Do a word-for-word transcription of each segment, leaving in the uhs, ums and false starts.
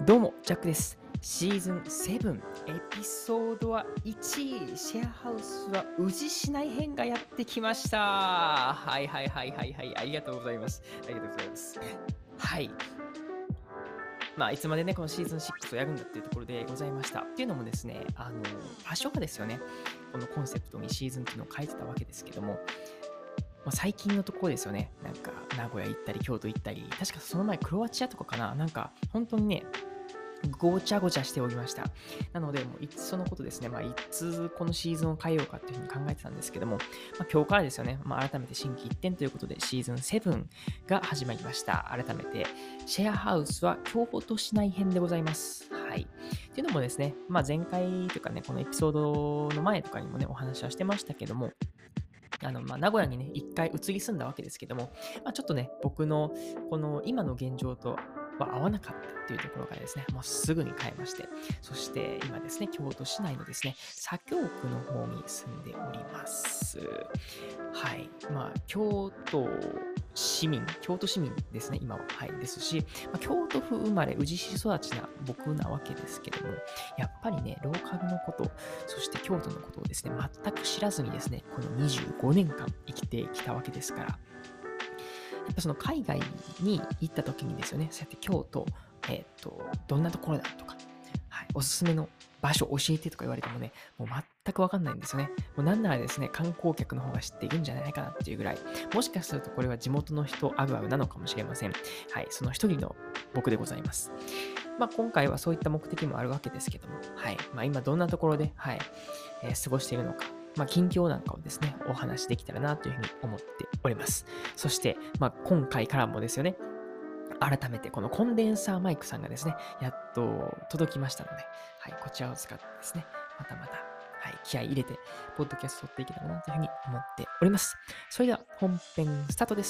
どうも、ジャックです。シーズンなな、エピソードはいちい、シェアハウスは宇治市内編がやってきました。はいはいはいはいはい、ありがとうございます。ありがとうございます。はい。まあ、いつまでね、このシーズンろくをやるんだっていうところでございました。っていうのもですね、あの、場所がですよね、このコンセプトにシーズンっていうのを変えてたわけですけども、まあ、最近のところですよね、なんか名古屋行ったり、京都行ったり、確かその前クロアチアとかかな、なんか本当にね、ごちゃごちゃしておりました。なので、もういつそのことですね、まあ、いつこのシーズンを変えようかっていうふうに考えてたんですけども、まあ、今日からですよね、まあ、改めて心機一転ということで、シーズンななが始まりました。改めて、シェアハウスは京都市内編でございます。はい。っていうのもですね、まあ、前回というかね、このエピソードの前とかにもね、お話はしてましたけども、あの、まあ、名古屋にね、一回移り住んだわけですけども、まあ、ちょっとね、僕のこの今の現状とは合わなかったっていうところからですね、もうすぐに変えまして、そして今ですね、京都市内のですね、左京区の方に住んでおります。はい。まあ、京都市民、京都市民ですね、今は。はい。ですし、まあ、京都府生まれ、宇治市育ちな僕なわけですけども、やっぱりね、ローカルのこと、そして京都のことをですね、全く知らずにですね、このにじゅうごねんかん生きてきたわけですから、やっぱその海外に行った時にですよね、そうやって京都、えっと、どんなところだとか、はい、おすすめの場所教えてとか言われてもね、もう全くわかんないんですよね。もうなんならですね、観光客の方が知っているんじゃないかなっていうぐらい、もしかするとこれは地元の人あるあるなのかもしれません。はい、その一人の僕でございます。まあ、今回はそういった目的もあるわけですけども、はい。まあ、今どんなところで、はい、えー過ごしているのか、まあ、近況なんかをですね、お話しできたらなというふうに思っております。そして、まあ、今回からもですよね、改めてこのコンデンサーマイクさんがですね、やっと届きましたので、はい、こちらを使ってですね、またまた、はい、気合い入れて、ポッドキャスト撮っていけたらなというふうに思っております。それでは本編スタートです。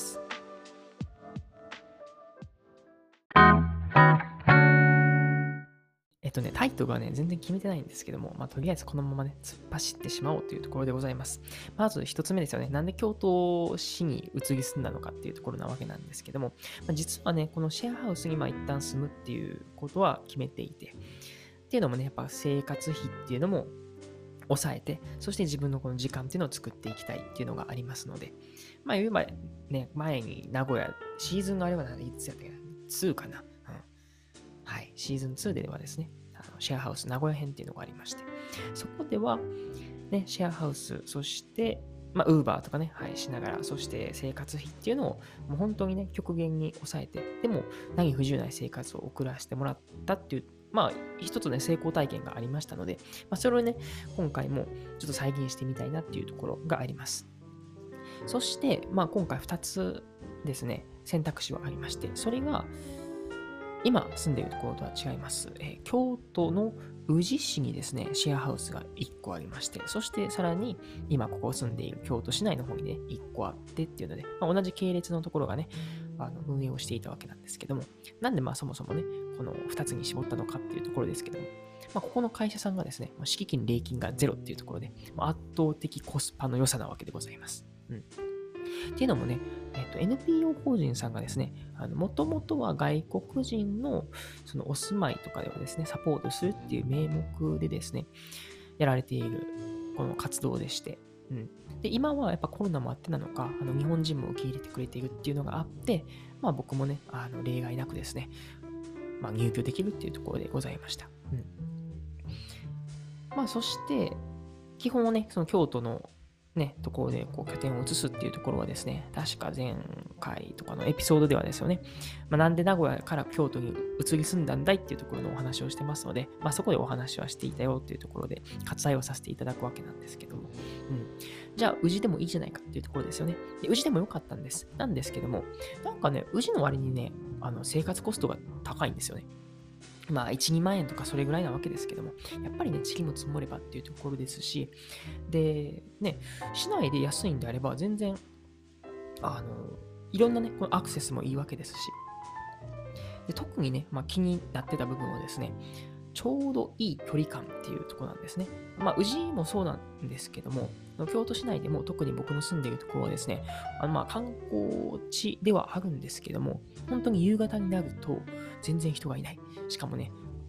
えっとね、タイトルはね、全然決めてないんですけども、まあ、とりあえずこのままね、突っ走ってしまおうというところでございます。まず一つ目ですよね。なんで京都市に移り住んだのかっていうところなわけなんですけども、まあ、実はね、このシェアハウスにまあ一旦住むっていうことは決めていて、っていうのもね、やっぱ生活費っていうのも抑えて、そして自分のこの時間っていうのを作っていきたいっていうのがありますので、まあ言えばね、前に名古屋、シーズンがあればいつやったっけな、にかな。うん。はい、シーズンにではですね、あのシェアハウス名古屋編っていうのがありまして、そこでは、ね、シェアハウス、そして、まあ、ウーバーとかね、はい、しながら、そして生活費っていうのを、もう本当にね、極限に抑えて、でも、何不自由ない生活を送らせてもらったっていう、まあ、一つね、成功体験がありましたので、まあ、それをね、今回もちょっと再現してみたいなっていうところがあります。そして、まあ、今回ふたつですね、選択肢はありまして、それが、今住んでいるところとは違います。えー京都の宇治市にですね、シェアハウスがいっこありまして、そしてさらに今ここ住んでいる京都市内の方にね、いっこあってっていうので、まあ、同じ系列のところがね、あの運営をしていたわけなんですけども、なんでまあそもそもね、このふたつに絞ったのかっていうところですけども、まあ、ここの会社さんがですね、敷金、礼金がゼロっていうところで、まあ圧倒的コスパの良さなわけでございます。うん。っていうのもね、えっと、エヌピーオー 法人さんがですね、もともとは外国人のそのお住まいとかではですね、サポートするっていう名目でですね、やられているこの活動でして、うん。で、今はやっぱコロナもあってなのか、あの日本人も受け入れてくれているっていうのがあって、まあ僕もね、あの例外なくですね、まあ入居できるっていうところでございました。うん。まあそして、基本はね、その京都のね、ところでこう拠点を移すっていうところはですね、確か前回とかのエピソードではですよね、まあ、なんで名古屋から京都に移り住んだんだいっていうところのお話をしてますので、まあ、そこでお話はしていたよっていうところで割愛をさせていただくわけなんですけども、うん。じゃあ、宇治でもいいじゃないかっていうところですよね。で、宇治でもよかったんです。なんですけども、なんかね、宇治の割にね、あの生活コストが高いんですよね。まあ、いち、にまん円とかそれぐらいなわけですけども、やっぱりね、塵も積もればっていうところですし、で、ね、市内で安いんであれば、全然、あの、いろんなね、このアクセスもいいわけですし、で特にね、まあ、気になってた部分はですね、ちょうどいい距離感っていうところなんですね。まあ、宇治もそうなんですけども、京都市内でも特に僕の住んでいるところはですね、あのまあ観光地ではあるんですけども、本当に夕方になると全然人がいない。しかもね、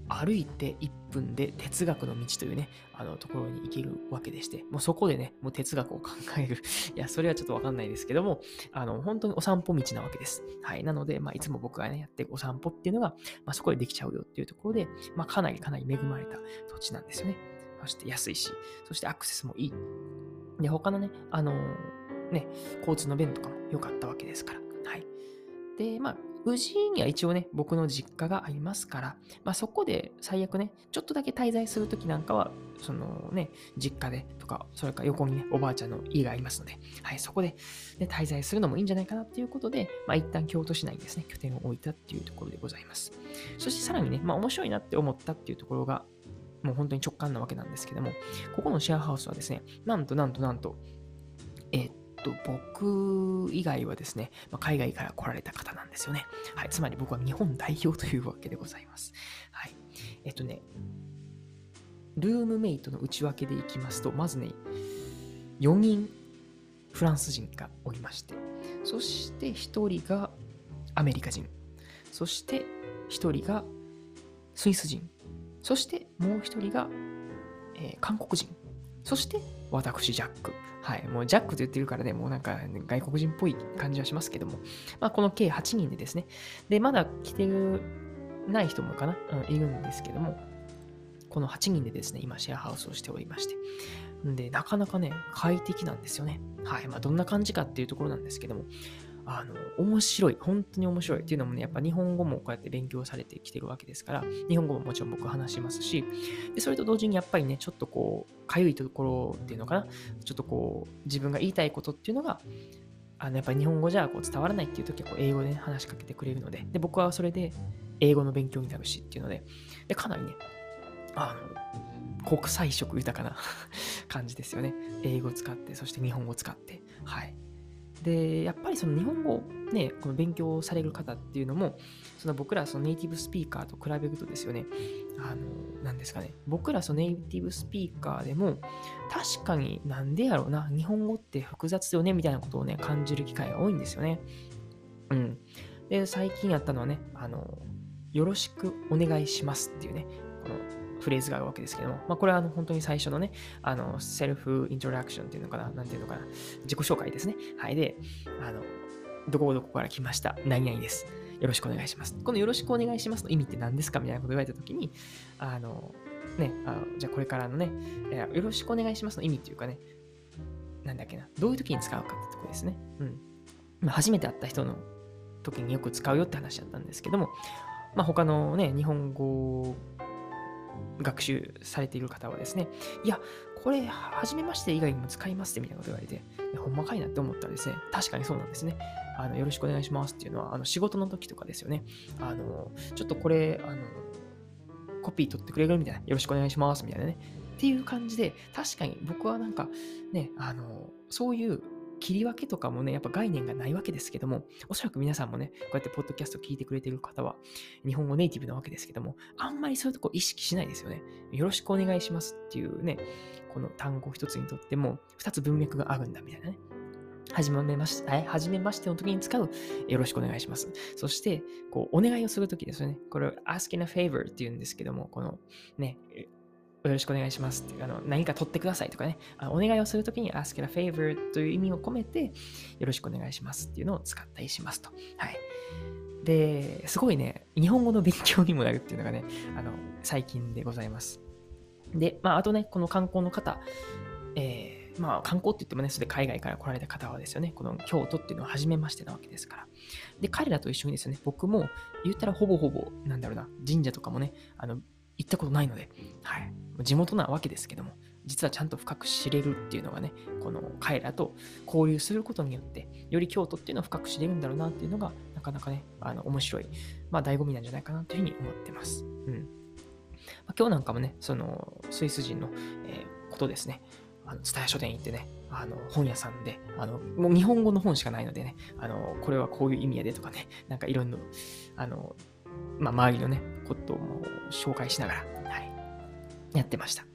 歩いていっぷんで哲学の道というね、あのところに行けるわけでして、もうそこでね、もう哲学を考える。いや、それはちょっとわかんないですけども、あの、本当にお散歩道なわけです。はい。なので、まあ、いつも僕がね、やってるお散歩っていうのが、まあ、そこでできちゃうよっていうところで、まあ、かなりかなり恵まれた土地なんですよね。そして安いし、そしてアクセスもいい。で、他のね、あのーね、交通の便とかも良かったわけですから。はい。で、まあ、宇治には一応ね、僕の実家がありますから、まあそこで最悪ね、ちょっとだけ滞在するときなんかは、そのね、実家でとか、それから横にね、おばあちゃんの家がありますので、はい、そこで、ね、滞在するのもいいんじゃないかなっていうことで、まあ一旦京都市内にですね、拠点を置いたっていうところでございます。そしてさらにね、まあ面白いなって思ったっていうところが、もう本当に直感なわけなんですけども、ここのシェアハウスはですね、なんとなんとなんと、えーっと、僕以外はですね、まあ、海外から来られた方なんですよね。はい。つまり僕は日本代表というわけでございます。はい。えっとね、ルームメイトの内訳でいきますと、まずね、よにんフランス人がおりまして、そしてひとりがアメリカ人、そしてひとりがスイス人、そしてもうひとりが、えー韓国人、そして私、ジャック。はい。もうジャックと言ってるからね、もうなんか外国人っぽい感じはしますけども、まあ、この計はちにんでですね、で、まだ来てるない人もかな、うん、いるんですけども、このはちにんでですね、今シェアハウスをしておりまして、で、なかなかね、快適なんですよね。はい。まあ、どんな感じかっていうところなんですけども、あの、面白い。本当に面白い。っていうのもね、やっぱ日本語もこうやって勉強されてきてるわけですから、日本語ももちろん僕話しますし、で、それと同時にやっぱりね、ちょっとこう、かゆいところっていうのかな、ちょっとこう、自分が言いたいことっていうのが、あの、やっぱり日本語じゃこう伝わらないっていう時はこう英語で、ね、話しかけてくれるので、で、僕はそれで英語の勉強になるしっていうので、で、かなりね、あの、国際色豊かな感じですよね。英語を使って、そして日本語を使って、はい。で、やっぱりその日本語をね、この勉強される方っていうのも、その僕らそのネイティブスピーカーと比べるとですよね、あの、なんですかね、僕らそのネイティブスピーカーでも、確かになんでやろうな、日本語って複雑よね、みたいなことをね、感じる機会が多いんですよね。うん。で、最近やったのはね、あの、よろしくお願いしますっていうね、このフレーズがあるわけですけども、まあ、これはあの本当に最初のね、あの、セルフイントラクションっていうのかな、なんていうのかな、自己紹介ですね。はい。で、あの、どこどこから来ました、何々です。よろしくお願いします。このよろしくお願いしますの意味って何ですかみたいなこと言われたときに、あの、ね、あのじゃあこれからのね、よろしくお願いしますの意味っていうかね、なんだっけな、どういう時に使うかってとこですね。うん。まあ、初めて会った人の時によく使うよって話だったんですけども、まあ、他のね、日本語学習されている方はですね、いや、これ、初めまして以外にも使いますってみたいなこと言われて、ほんまかいなって思ったらですね、確かにそうなんですね。あのよろしくお願いしますっていうのは、あの仕事の時とかですよね。あの、ちょっとこれ、あの、コピー取ってくれるみたいな、よろしくお願いしますみたいなね。っていう感じで、確かに僕はなんかね、あの、そういう切り分けとかもね、やっぱ概念がないわけですけども、おそらく皆さんもね、こうやってポッドキャスト聞いてくれている方は、日本語ネイティブなわけですけども、あんまりそういうとこ意識しないですよね。よろしくお願いしますっていうね、この単語一つにとっても、二つ文脈があるんだみたいなね。はじめまして、はじめましての時に使う、よろしくお願いします。そして、こう、お願いをするときですよね。これを asking a favor って言うんですけども、このね、よろしくお願いしますっていう、あの、何か取ってくださいとかね、あのお願いをするときに ask a favor という意味を込めて、よろしくお願いしますっていうのを使ったりしますと。はい。で、すごいね、日本語の勉強にもなるっていうのがね、あの、最近でございます。で、まあ、あとね、この観光の方、えー、まあ、観光って言ってもね、それで海外から来られた方はですよね、この京都っていうのは初めましてなわけですから。で、彼らと一緒にですね、僕も言ったらほぼほぼ、なんだろうな、神社とかもね、あの、行ったことないので、はい。地元なわけですけども、実はちゃんと深く知れるっていうのがね、この彼らと交流することによって、より京都っていうのを深く知れるんだろうなっていうのが、なかなかね、あの、面白い、まあ、醍醐味なんじゃないかなというふうに思ってます。うん。まあ、今日なんかもね、その、スイス人の、えー、ことですね、あの、蔦屋書店行ってね、あの、本屋さんで、あの、もう日本語の本しかないのでね、あの、これはこういう意味やでとかね、なんかいろんな、あの、まあ、周りのね、ことを紹介しながら、はい、やってました。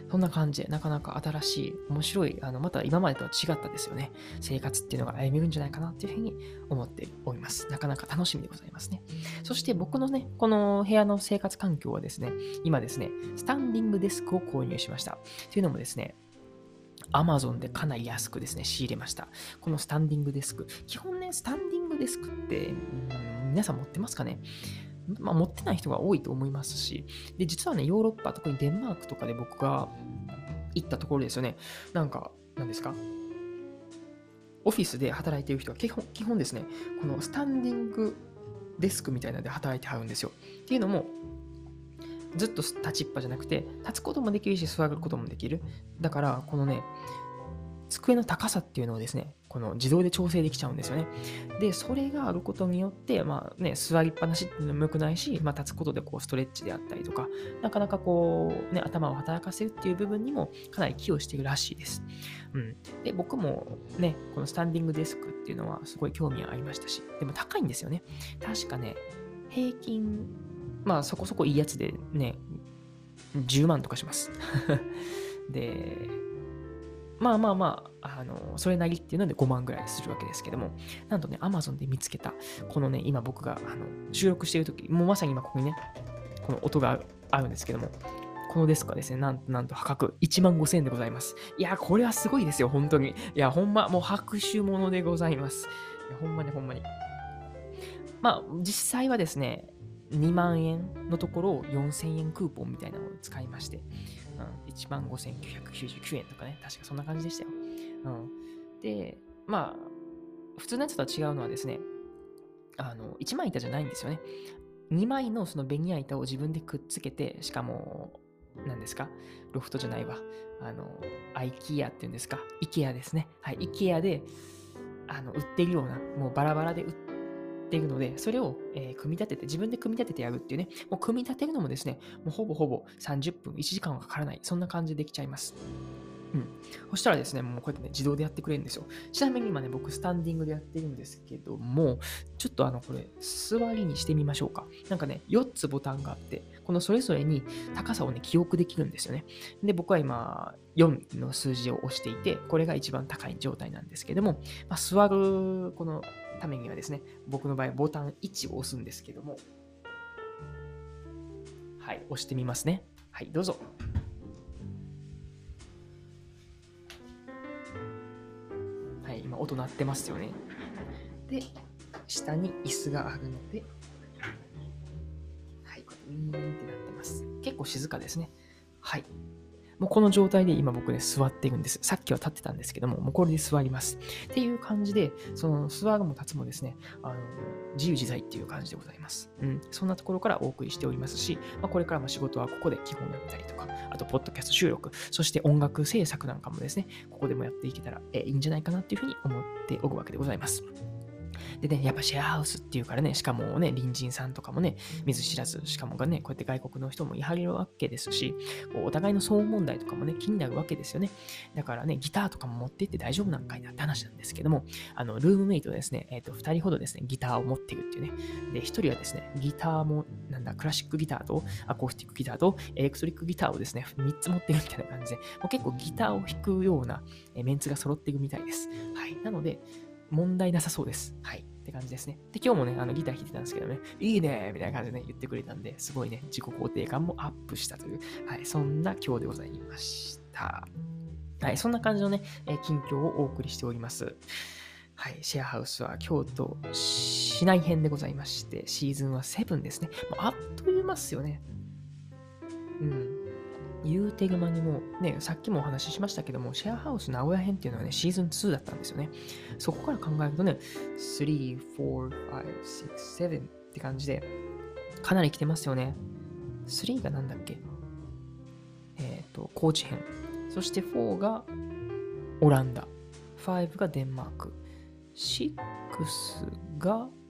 そんな感じで、なかなか新しい、面白い、あの、また今までとは違ったですよね。生活っていうのが歩めるんじゃないかなっていうふうに思っております。なかなか楽しみでございますね。そして僕のね、この部屋の生活環境はですね、今ですね、スタンディングデスクを購入しました。というのもですね、Amazon でかなり安くですね、仕入れました。このスタンディングデスク。基本ね、スタンディングデスクって、うん、皆さん持ってますかね？まあ、持ってない人が多いと思いますし、で、実はね、ヨーロッパ、特にデンマークとかで僕が行ったところですよね。なんか、何ですか？オフィスで働いている人は基本、基本ですね、このスタンディングデスクみたいなので働いてはるんですよ。っていうのも、ずっと立ちっぱじゃなくて、立つこともできるし、座ることもできる。だから、このね、机の高さっていうのをですね、この自動で調整できちゃうんですよね。で、それがあることによって、まあね、座りっぱなしっていうのも良くないし、まあ立つことでこうストレッチであったりとか、なかなかこう、ね、頭を働かせるっていう部分にもかなり寄与しているらしいです。うん。で、僕もね、このスタンディングデスクっていうのはすごい興味がありましたし、でも高いんですよね。確かね、平均、まあそこそこいいやつでね、じゅうまんとかします。で、まあまあまあ、あの、それなりっていうのでごまんぐらいするわけですけども、なんとね、Amazon で見つけた、このね、今僕があの収録しているとき、もうまさに今ここにね、この音があるんですけども、このデスクはですね、なんとなんと破格いちまんごせんえんでございます。いや、これはすごいですよ、本当に。いや、ほんま、もう拍手ものでございます。いや、ほんまにほんまに。まあ、実際はですね、にまんえんのところをよんせんえんクーポンみたいなのを使いまして、うん、いちまんごせんきゅうひゃくきゅうじゅうきゅうえんとかね、確かそんな感じでしたよ。うん、で、まあ、普通のやつとは違うのはですね、あの、いちまい板じゃないんですよね。にまいのそのベニヤ板を自分でくっつけて、しかも、何ですか？ロフトじゃないわ。あの、IKEA っていうんですか？ IKEA ですね。はい、IKEA で、あの、売っているような、もうバラバラで売っているので、それを、えー組み立てて、自分で組み立ててやるっていうね、もう組み立てるのもですね、もうほぼほぼさんじゅっぷん、いちじかんはかからない、そんな感じでできちゃいます。うん。そしたらですね、もうこうやってね、自動でやってくれるんですよ。ちなみに今ね、僕スタンディングでやってるんですけども、ちょっとあの、これ、座りにしてみましょうか。なんかね、よっつボタンがあって、このそれぞれに高さをね、記憶できるんですよね。で、僕は今、よんの数字を押していて、これが一番高い状態なんですけども、まあ、座る、このためにはですね、僕の場合、ボタンいちを押すんですけども、はい、押してみますね。はい、どうぞ。はい、今音鳴ってますよね。で、下に椅子があるので、はい、こうウィーンってなってます。結構静かですね。はい。もうこの状態で今僕ね、座っているんです。さっきは立ってたんですけども、もうこれで座ります。っていう感じで、その座るも立つもですね、あの自由自在っていう感じでございます。うん。そんなところからお送りしておりますし、まあ、これからも仕事はここで基本やったりとか、あと、ポッドキャスト収録、そして音楽制作なんかもですね、ここでもやっていけたら、えいいんじゃないかなっていうふうに思っておくわけでございます。でね、やっぱシェアハウスっていうからね、しかもね、隣人さんとかもね、見ず知らず、しかもがね、こうやって外国の人もいはるわけですし、こうお互いの騒音問題とかもね、気になるわけですよね。だからね、ギターとかも持って行って大丈夫なんかいなって話なんですけども、あの、ルームメイトですね、えっと、二人ほどですね、ギターを持っているっていうね。で、一人はですね、ギターも、なんだ、クラシックギターと、アコースティックギターと、エレクトリックギターをですね、みっつ持ってるみたいな感じで、もう結構ギターを弾くようなえメンツが揃っているみたいです。はい。なので、問題なさそうです。はい。って感じですね。で、今日もね、あのギター弾いてたんですけどね、いいねみたいな感じでね、言ってくれたんで、すごいね、自己肯定感もアップしたという、はい、そんな今日でございました。はい、そんな感じのね、えー近況をお送りしております。はい、シェアハウスは京都市内編でございまして、シーズンはセブンですね。もうあっという間っすよね。うん。言うてる間にもう、ね、さっきもお話ししましたけども、シェアハウス名古屋編っていうのはね、シーズンツーだったんですよね。そこから考えるとね、スリー、フォー、ファイブ、シックス、セブンって感じで、かなり来てますよね。スリーがなんだっけえっ、と、高知編。そしてフォーがオランダ。ファイブがデンマーク。シックスが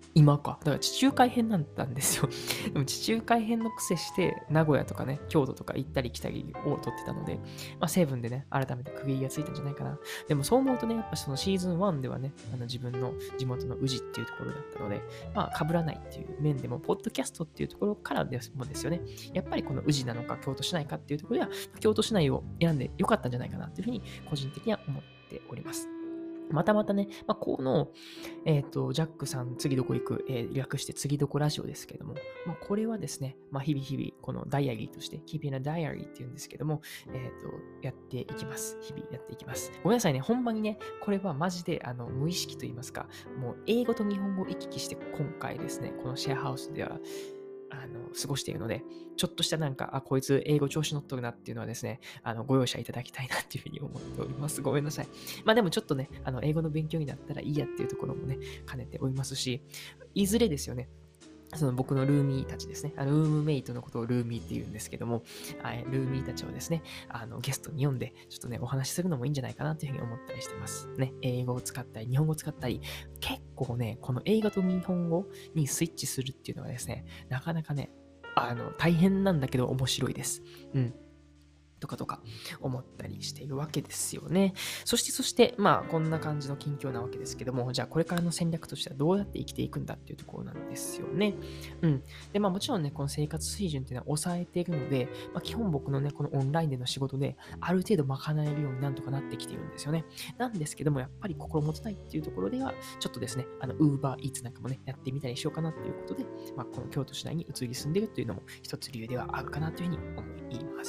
今か。だから地中海編だったんですよ。でも地中海編の癖して、名古屋とかね、京都とか行ったり来たりを撮ってたので、まあ、セブンでね、改めて区切りがついたんじゃないかな。でもそう思うとね、やっぱそのシーズンワンではね、あの自分の地元の宇治っていうところだったので、まあ、被らないっていう面でも、ポッドキャストっていうところからですもですよね、やっぱりこの宇治なのか京都市内かっていうところでは、京都市内を選んでよかったんじゃないかなっていうふうに、個人的には思っております。またまたね、まあ、この、えっ、と、ジャックさん、次どこ行く、えー略して次どこラジオですけれども、まあ、これはですね、まあ、日々日々、このダイアリーとして、Keeping a Diary っていうんですけども、えっ、と、やっていきます。日々やっていきます。ごめんなさいね、ほんまにね、これはマジで、あの、無意識と言いますか、もう、英語と日本語を行き来して、今回ですね、このシェアハウスでは、あの、過ごしているので、ちょっとしたなんか、あ、こいつ英語調子乗っとるなっていうのはですね、あの、ご容赦いただきたいなっていうふうに思っております。ごめんなさい。まあでもちょっとね、あの、英語の勉強になったらいいやっていうところもね、兼ねておりますし、いずれですよね、その僕のルーミーたちですね。あのルームメイトのことをルーミーって言うんですけども、はい、ルーミーたちをですね、あのゲストに呼んで、ちょっとね、お話しするのもいいんじゃないかなというふうに思ったりしてます。ね、英語を使ったり、日本語を使ったり、結構ね、この英語と日本語にスイッチするっていうのはですね、なかなかね、あの、大変なんだけど面白いです。うん。とかとか思ったりしているわけですよね。そしてそして、まあこんな感じの近況なわけですけども、じゃあこれからの戦略としてはどうやって生きていくんだっていうところなんですよね。うん。で、まあもちろんね、この生活水準っていうのは抑えているので、まあ基本僕のね、このオンラインでの仕事である程度賄えるようになんとかなってきているんですよね。なんですけども、やっぱり心もとないっていうところでは、ちょっとですね、あの、ウーバーイーツなんかもね、やってみたりしようかなっていうことで、まあこの京都市内に移り住んでいるっていうのも一つ理由ではあるかなというふうに思います。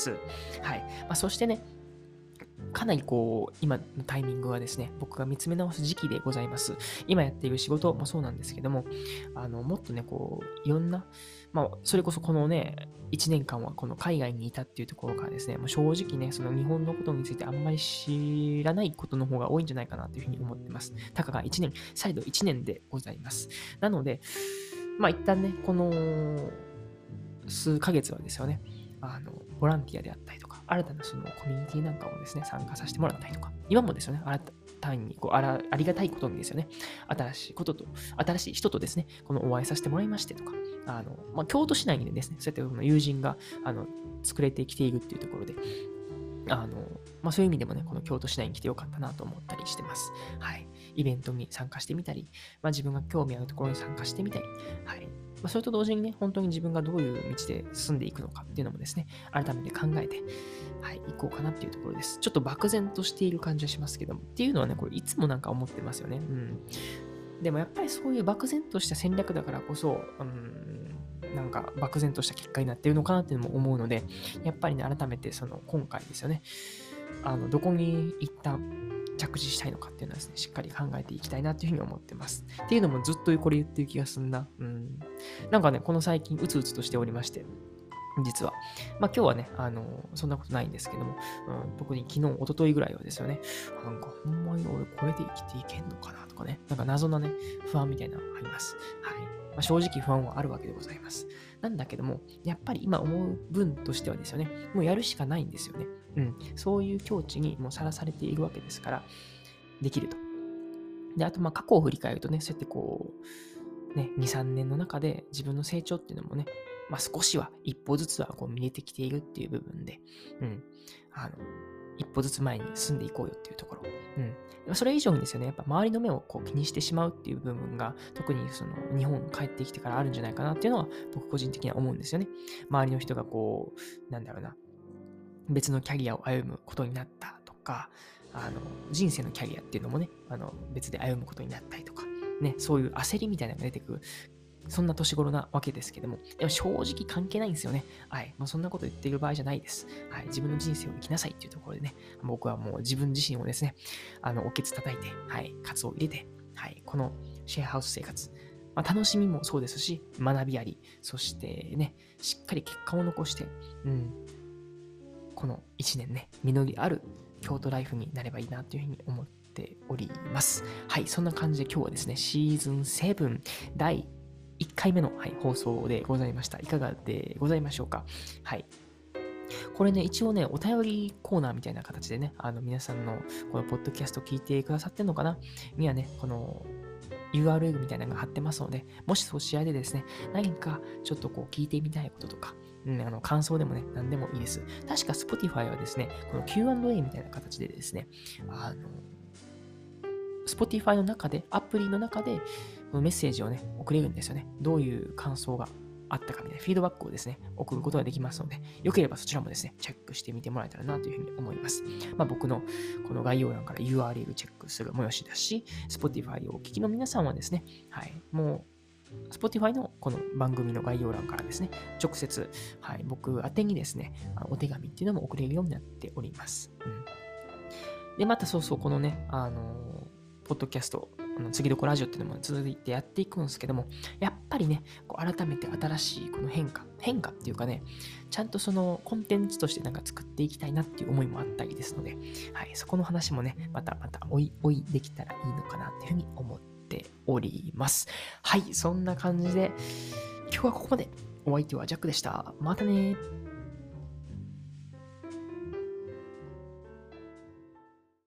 はい。まあ、そしてね、かなりこう、今のタイミングはですね、僕が見つめ直す時期でございます。今やっている仕事もそうなんですけども、あの、もっとね、こう、いろんな、まあ、それこそこのね、いちねんかんはこの海外にいたっていうところからですね、もう正直ね、その日本のことについてあんまり知らないことの方が多いんじゃないかなというふうに思ってます。たかがいちねん、再度いちねんでございます。なので、まあ一旦ね、この数ヶ月はですよね、あの、ボランティアであったりとか、新たなそのコミュニティなんかをですね、参加させてもらったりとか、今もですよね、新たにこうあらありがたいことにですよね、新しいことと、新しい人とですね、このお会いさせてもらいましてとか、あの、まあ、京都市内にですね、そうやってこの友人が、あの、作れてきているっていうところで、あの、まあ、そういう意味でもね、この京都市内に来てよかったなと思ったりしてます。はい。イベントに参加してみたり、まあ、自分が興味あるところに参加してみたり、はい。まあ、それと同時にね、本当に自分がどういう道で進んでいくのかっていうのもですね、改めて考えて、はい、行こうかなっていうところです。ちょっと漠然としている感じはしますけども、っていうのはね、これいつもなんか思ってますよね。うん。でもやっぱりそういう漠然とした戦略だからこそ、うん、なんか漠然とした結果になっているのかなっていうのも思うので、やっぱりね、改めてその今回ですよね、あの、どこに一旦着地したいのかっていうのはですね、しっかり考えていきたいなというふうに思ってます。っていうのもずっとこれ言ってる気がすんな。うん。なんかね、この最近うつうつとしておりまして、実は。まあ今日はね、あの、そんなことないんですけども、うん、特に昨日、一昨日ぐらいはですよね、なんかほんまに俺これで生きていけんのかなとかね、なんか謎のね、不安みたいなのがあります。はい。まあ、正直不安はあるわけでございます。なんだけども、やっぱり今思う分としてはですよね、もうやるしかないんですよね。うん。そういう境地にもうさらされているわけですから、できると。で、あと、まあ過去を振り返るとね、そうやってこう、ね、に、さんねんの中で自分の成長っていうのもね、まあ少しは一歩ずつはこう見えてきているっていう部分で、うん、あの、一歩ずつ前に進んでいこうよっていうところ。うん。でもそれ以上にですよね、やっぱ周りの目をこう気にしてしまうっていう部分が、特にその日本帰ってきてからあるんじゃないかなっていうのは、僕個人的には思うんですよね。周りの人がこう、なんだろうな、別のキャリアを歩むことになったとか、あの、人生のキャリアっていうのもね、あの、別で歩むことになったりとか、ね、そういう焦りみたいなのが出てくる。そんな年頃なわけですけども、でも正直関係ないんですよね。はい。もうそんなこと言ってる場合じゃないです。はい。自分の人生を生きなさいっていうところでね、僕はもう自分自身をですね、あの、おけつ叩いて、はい。カツを入れて、はい。このシェアハウス生活、まあ、楽しみもそうですし、学びあり、そしてね、しっかり結果を残して、うん。このいちねんね、実りある京都ライフになればいいなというふうに思っております。はい。そんな感じで今日はですね、シーズンセブンだいいっかいめの、はい、放送でございました。いかがでございましょうか。はい。これね、一応ね、お便りコーナーみたいな形でね、あの、皆さんのこのポッドキャスト聞いてくださってるのかなにはね、この、 ユーアールエル みたいなのが貼ってますので、もしそちらでですね、何かちょっとこう聞いてみたいこととか、うん、あの感想でもね、何でもいいです。確か Spotify はですね、この キューアンドエー みたいな形でですね、あの、Spotify の中で、アプリの中でメッセージをね、送れるんですよね。どういう感想があったかみたいなフィードバックをですね、送ることができますので、よければそちらもですね、チェックしてみてもらえたらなというふうに思います。まあ、僕のこの概要欄から ユーアールエル チェックするもよしだし、Spotify をお聞きの皆さんはですね、はい、もう Spotify のこの番組の概要欄からですね、直接、はい、僕宛てにですね、お手紙っていうのも送れるようになっております。うん、で、またそうそう、このね、あのポッドキャスト、あの次どこラジオっていうのも続いてやっていくんですけども、やっぱりね、こう改めて新しいこの変化、変化っていうかね、ちゃんとそのコンテンツとしてなんか作っていきたいなっていう思いもあったりですので、はい、そこの話もね、またまたおいおいできたらいいのかなっていうふうに思っております。はい、そんな感じで、今日はここまで。お相手はジャックでした。またね。